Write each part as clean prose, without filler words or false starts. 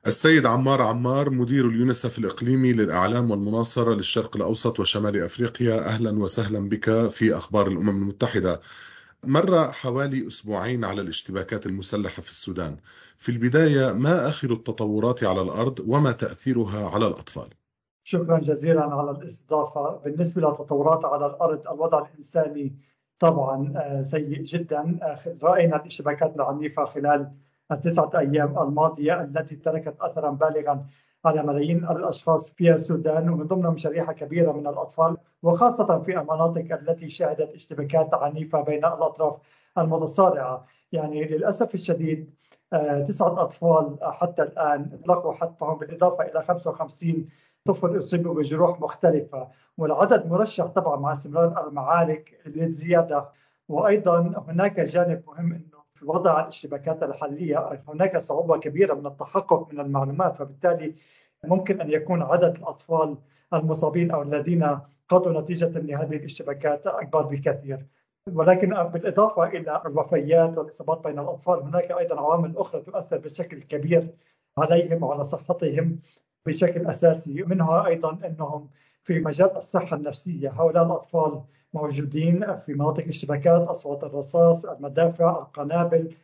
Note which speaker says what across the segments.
Speaker 1: السيد عمار عمار، مدير اليونسف الإقليمي للإعلام والمناصرة للشرق الأوسط وشمال أفريقيا، أهلا وسهلا بك في أخبار الأمم المتحدة. مر حوالي أسبوعين على الاشتباكات المسلحة في السودان. في البداية، ما آخر التطورات على الأرض وما تأثيرها على الأطفال؟
Speaker 2: شكرا جزيلا على الاستضافة. بالنسبة للتطورات على الأرض، الوضع الإنساني طبعا سيء جدا. رأينا الاشتباكات العنيفة خلال التسعة أيام الماضية التي تركت أثرا بالغا على ملايين الأشخاص في السودان، ومن ضمنهم شريحة كبيرة من الأطفال، وخاصة في المناطق التي شهدت اشتباكات عنيفة بين الأطراف المتصارعة. يعني للأسف الشديد 9 أطفال حتى الآن لقوا حتفهم، بالإضافة إلى 55 طفل أصيبوا بجروح مختلفة، والعدد مرشح طبعا مع استمرار المعارك للزيادة. وأيضا هناك جانب مهم، أنه في وضع الاشتباكات الحالية هناك صعوبة كبيرة من التحقق من المعلومات، فبالتالي ممكن أن يكون عدد الأطفال المصابين أو الذين قضوا نتيجة لهذه الاشتباكات أكبر بكثير. ولكن بالإضافة إلى الوفيات والإصابات بين الأطفال، هناك أيضا عوامل أخرى تؤثر بشكل كبير عليهم وعلى صحتهم بشكل أساسي، منها أيضا أنهم في مجال الصحة النفسية. هؤلاء الأطفال موجودين في مناطق الاشتباكات، أصوات الرصاص، المدافع، القنابل،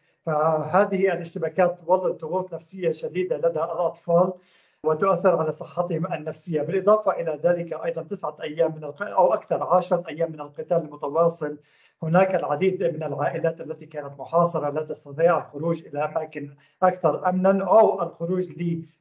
Speaker 2: فهذه الاشتباكات تولد ضغوط نفسية شديدة لدى الأطفال وتؤثر على صحتهم النفسية. بالإضافة إلى ذلك أيضا 9 أيام أو أكثر 10 أيام من القتال المتواصل، هناك العديد من العائلات التي كانت محاصرة لا تستطيع الخروج إلى أماكن أكثر أمنا أو الخروج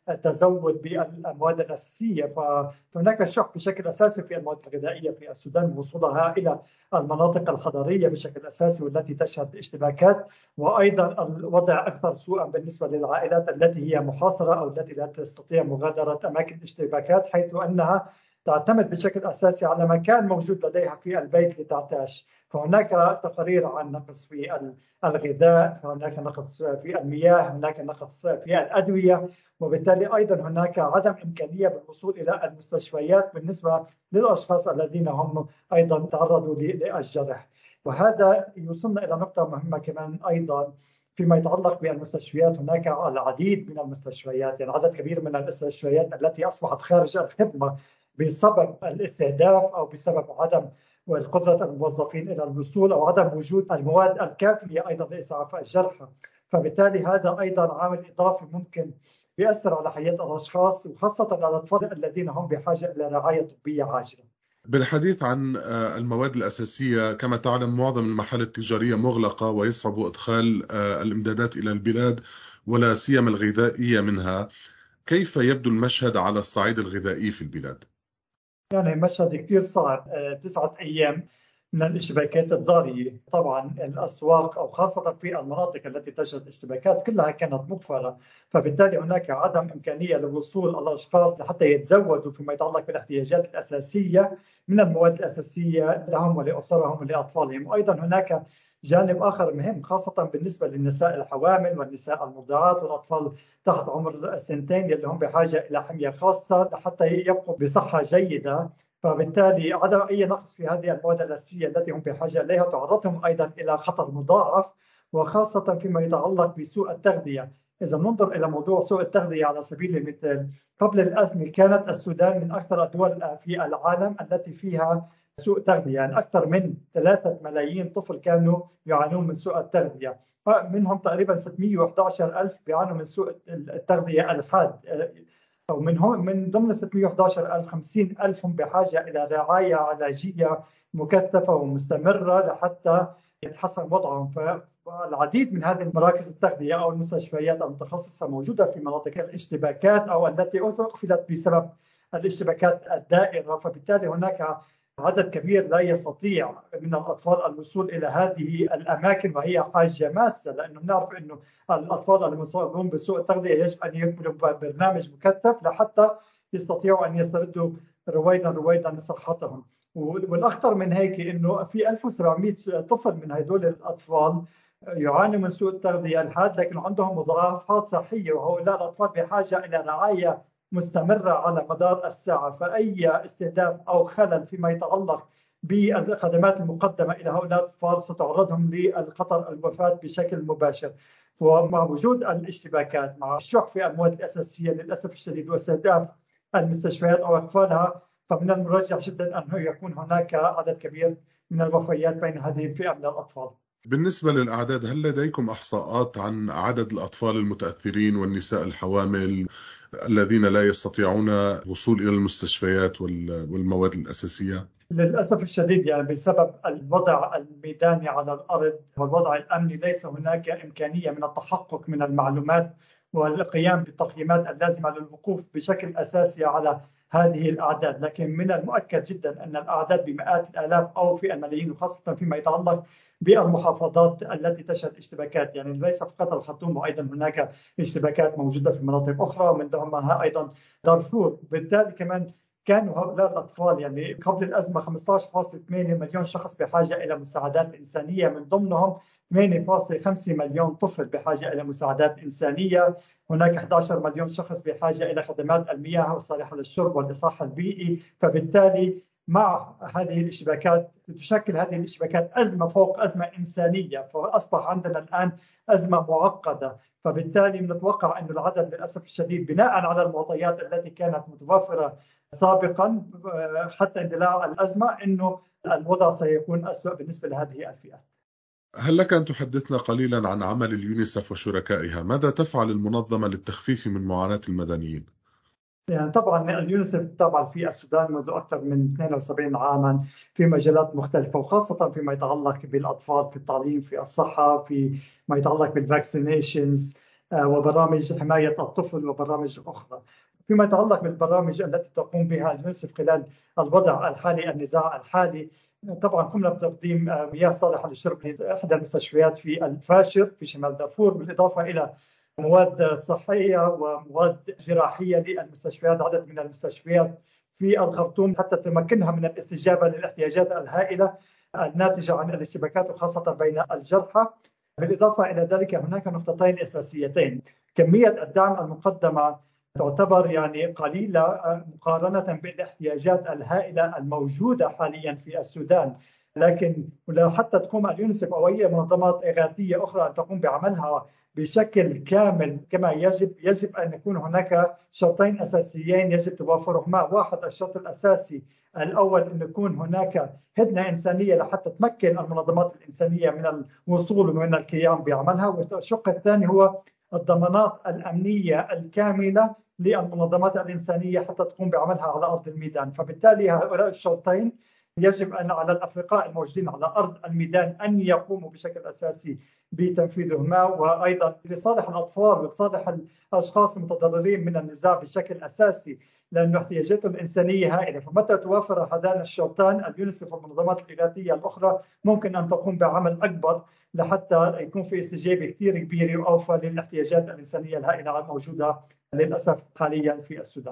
Speaker 2: للتزود بالأمواد الأساسية. فهناك شح بشكل أساسي في المواد الغذائية في السودان، وصولها إلى المناطق الحضرية بشكل أساسي والتي تشهد اشتباكات. وأيضا الوضع أكثر سوءا بالنسبة للعائلات التي هي محاصرة أو التي لا تستطيع مغادرة أماكن الاشتباكات، حيث أنها تعتمد بشكل أساسي على مكان موجود لديها في البيت لتعتاش. فهناك تقارير عن نقص في الغذاء، هناك نقص في المياه، هناك نقص في الأدوية، وبالتالي أيضا هناك عدم إمكانية بالوصول إلى المستشفيات بالنسبة للأشخاص الذين هم أيضا تعرضوا للجرح. وهذا يوصلنا إلى نقطة مهمة كمان أيضا فيما يتعلق بالمستشفيات. هناك العديد من المستشفيات، يعني عدد كبير من المستشفيات التي أصبحت خارج الخدمة بسبب الاستهداف أو بسبب عدم والقدرة الموظفين إلى الوصول أو عدم وجود المواد الكافية أيضا لإسعاف الجرحى. فبالتالي هذا أيضا عامل إضافي ممكن يؤثر على حياة الأشخاص، وخاصة على الأطفال الذين هم بحاجة إلى رعاية طبية عاجلة.
Speaker 1: بالحديث عن المواد الأساسية، كما تعلم معظم المحال التجارية مغلقة ويصعب إدخال الإمدادات إلى البلاد، ولا سيما الغذائية منها. كيف يبدو المشهد على الصعيد الغذائي في البلاد؟
Speaker 2: يعني مشهد كثير صعب. 9 أيام من الاشتباكات الضارية. طبعا الأسواق أو خاصة في المناطق التي تشهد اشتباكات كلها كانت مقفلة، فبالتالي هناك عدم إمكانية لوصول الأشخاص لحتى يتزودوا فيما يتعلق بالاحتياجات الأساسية من المواد الأساسية لهم ولأسرهم ولأطفالهم. وأيضا هناك جانب آخر مهم، خاصة بالنسبة للنساء الحوامل والنساء المرضعات والأطفال تحت عمر السنتين، اللي هم بحاجة إلى حمية خاصة لحتى يبقوا بصحة جيدة. فبالتالي عدم أي نقص في هذه المواد الأساسية التي هم بحاجة إليها تعرضهم أيضا إلى خطر مضاعف، وخاصة فيما يتعلق بسوء التغذية. إذا ننظر إلى موضوع سوء التغذية على سبيل المثال، قبل الأزمة كانت السودان من أكثر الدول في العالم التي فيها سوء تغذية. يعني أكثر من 3 ملايين طفل كانوا يعانون من سوء التغذية، منهم تقريبا 611 ألف بيعانوا من سوء التغذية الحاد، أو من ضمن 611 ألف 50 ألف هم بحاجة إلى رعاية علاجية مكثفة ومستمرة لحتى يتحسن وضعهم. فالعديد من هذه المراكز التغذية أو المستشفيات المتخصصة موجودة في مناطق الاشتباكات أو التي أقفلت بسبب الاشتباكات الدائرة. فبالتالي هناك عدد كبير لا يستطيع من الأطفال الوصول إلى هذه الأماكن، وهي حاجة ماسة، لأنه نعرف أنه الأطفال المصابون بسوء التغذية يجب أن يكملوا برنامج مكثف لحتى يستطيعوا أن يستردوا رويدا رويدا صحتهم. والأخطر من هيك أنه في 1700 طفل من هدول الأطفال يعانوا من سوء التغذية الحاد، لكن عندهم مضاعفات صحية، وهؤلاء الأطفال بحاجة إلى رعاية مستمرة على مدار الساعة. فأي استهداف أو خلل فيما يتعلق بالخدمات المقدمة إلى هؤلاء الأطفال ستعرضهم للخطر الوفاة بشكل مباشر. ومع وجود الاشتباكات مع الشح في الأموال الأساسية للأسف الشديد واستهداف المستشفيات أو إقفالها، فمن المرجح جدا أنه يكون هناك عدد كبير من الوفيات بين هذه الفئة من الأطفال.
Speaker 1: بالنسبة للأعداد، هل لديكم إحصاءات عن عدد الأطفال المتأثرين والنساء الحوامل الذين لا يستطيعون الوصول إلى المستشفيات والمواد الأساسية؟
Speaker 2: للأسف الشديد يعني بسبب الوضع الميداني على الأرض والوضع الأمني ليس هناك إمكانية من التحقق من المعلومات والقيام بالتقييمات اللازمة للوقوف بشكل أساسي على هذه الأعداد، لكن من المؤكد جدا أن الأعداد بمئات الآلاف أو في الملايين، وخاصة فيما يتعلق بالمحافظات التي تشهد اشتباكات. يعني ليس فقط الخرطوم، وأيضا هناك اشتباكات موجودة في مناطق أخرى ومن ضمنها أيضا دارفور. بالتالي كمان كانوا هؤلاء الأطفال يعني قبل الأزمة 15.8 مليون شخص بحاجة إلى مساعدات إنسانية، من ضمنهم 8.5 مليون طفل بحاجة إلى مساعدات إنسانية. هناك 11 مليون شخص بحاجة إلى خدمات المياه والصالحة للشرب والإصلاح البيئي. فبالتالي مع هذه الاشتباكات تشكل هذه الاشتباكات أزمة فوق أزمة إنسانية، فأصبح عندنا الآن أزمة معقدة. فبالتالي نتوقع أن العدد للأسف الشديد بناء على المعطيات التي كانت متوفرة سابقا حتى اندلاع الأزمة أنه الوضع سيكون أسوأ بالنسبة لهذه الفئات.
Speaker 1: هل لك أن تحدثنا قليلا عن عمل اليونيسف وشركائها؟ ماذا تفعل المنظمة للتخفيف من معاناة المدنيين؟
Speaker 2: يعني طبعا اليونيسف تعمل في السودان منذ أكثر من 72 عاما في مجالات مختلفة، وخاصة فيما يتعلق بالأطفال في التعليم، في الصحة، في ما يتعلق بالفاكسينيشنز وبرامج حماية الطفل وبرامج أخرى. فيما يتعلق بالبرامج التي تقوم بها اليونيسف خلال الوضع الحالي، النزاع الحالي، طبعا قمنا بتقديم مياه صالحة للشرب لإحدى المستشفيات في الفاشر في شمال دارفور، بالإضافة إلى مواد صحية ومواد جراحية للمستشفيات، عدد من المستشفيات في الخرطوم، حتى تمكنها من الاستجابة للاحتياجات الهائلة الناتجة عن الاشتباكات وخاصة بين الجرحى. بالإضافة إلى ذلك هناك نقطتين أساسيتين: كمية الدعم المقدمة تعتبر يعني قليلة مقارنة بالاحتياجات الهائلة الموجودة حاليا في السودان، لكن لو حتى تقوم اليونيسف أو أي منظمات إغاثية أخرى أن تقوم بعملها بشكل كامل كما يجب أن يكون هناك شرطين أساسيين يجب توافرهما. واحد، الشرط الأساسي الأول أن يكون هناك هدنة إنسانية لحتى تمكن المنظمات الإنسانية من الوصول ومن القيام بعملها. والشق الثاني هو الضمانات الأمنية الكاملة للمنظمات الإنسانية حتى تقوم بعملها على أرض الميدان. فبالتالي هؤلاء الشرطين يجب أن على الأفرقاء الموجودين على أرض الميدان أن يقوموا بشكل أساسي بتنفيذهما، وأيضا لصالح الأطفال ولصالح الأشخاص المتضررين من النزاع بشكل أساسي، لأن احتياجاتهم الإنسانية هائلة. فمتى توافر هذان الشرطان، اليونيسف والمنظمات الإغاثية الأخرى ممكن أن تقوم بعمل أكبر لحتى يكون في استجابة كثير كبيرة وأوفى للاحتياجات الإنسانية الهائلة الموجودة للأسف حاليا في السودان.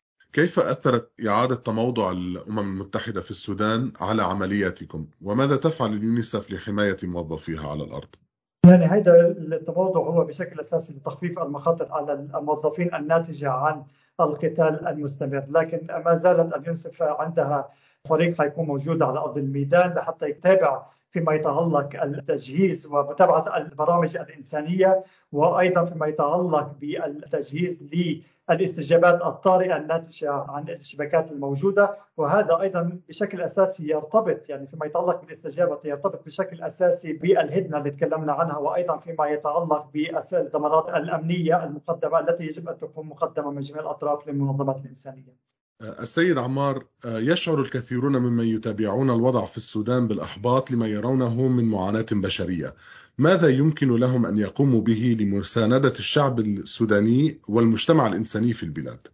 Speaker 1: كيف أثرت إعادة تموضع الأمم المتحدة في السودان على عملياتكم؟ وماذا تفعل اليونيسف لحماية موظفيها على الأرض؟
Speaker 2: يعني هذا التموضع هو بشكل أساسي لتخفيف المخاطر على الموظفين الناتجة عن القتال المستمر، لكن ما زالت اليونسف عندها فريق حيكون موجود على أرض الميدان لحتى يتابع فيما يتعلق التجهيز ومتابعة البرامج الإنسانية، وأيضا فيما يتعلق بالتجهيز للاستجابات الطارئة الناتجة عن الاشتباكات الموجودة. وهذا أيضا بشكل أساسي يرتبط يعني فيما يتعلق بالاستجابة يرتبط بشكل أساسي بالهدنة اللي تكلمنا عنها، وأيضا فيما يتعلق بالضمانات الأمنية المقدمة التي يجب أن تكون مقدمة من جميع الأطراف للمنظمات الإنسانية.
Speaker 1: السيد عمار، يشعر الكثيرون ممن يتابعون الوضع في السودان بالإحباط لما يرونه من معاناة بشرية. ماذا يمكن لهم أن يقوموا به لمساندة الشعب السوداني والمجتمع الإنساني في البلاد؟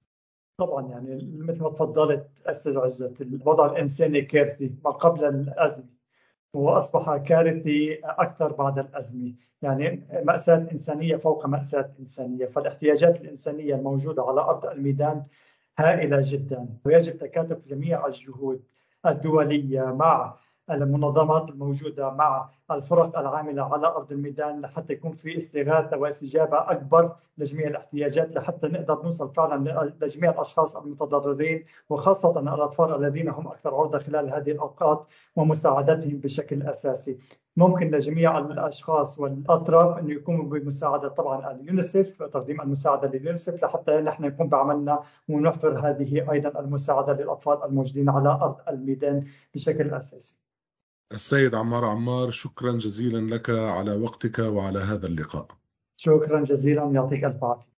Speaker 2: طبعا يعني مثل ما تفضلت أستاذ عزت، الوضع الإنساني كارثي ما قبل الأزمة وأصبح كارثي أكثر بعد الأزمة. يعني مأساة إنسانية فوق مأساة إنسانية. فالاحتياجات الإنسانية الموجودة على أرض الميدان هائلة جدا، ويجب تكاتف جميع الجهود الدولية مع المنظمات الموجودة مع الفرق العاملة على أرض الميدان لحتى يكون في استغاثة واستجابة أكبر لجميع الاحتياجات، لحتى نقدر نوصل فعلا لجميع الأشخاص المتضررين، وخاصة الأطفال الذين هم أكثر عرضة خلال هذه الأوقات، ومساعدتهم بشكل أساسي. ممكن لجميع الأشخاص والأطراف أن يقوموا بمساعدة طبعا اليونيسف، تقديم المساعدة لليونيسف لحتى نحن نقوم بعملنا ونوفر هذه أيضا المساعدة للأطفال الموجودين على أرض الميدان بشكل أساسي.
Speaker 1: السيد عمار عمار، شكرا جزيلا لك على وقتك وعلى هذا اللقاء.
Speaker 2: شكرا جزيلا، يعطيك ألف عافية.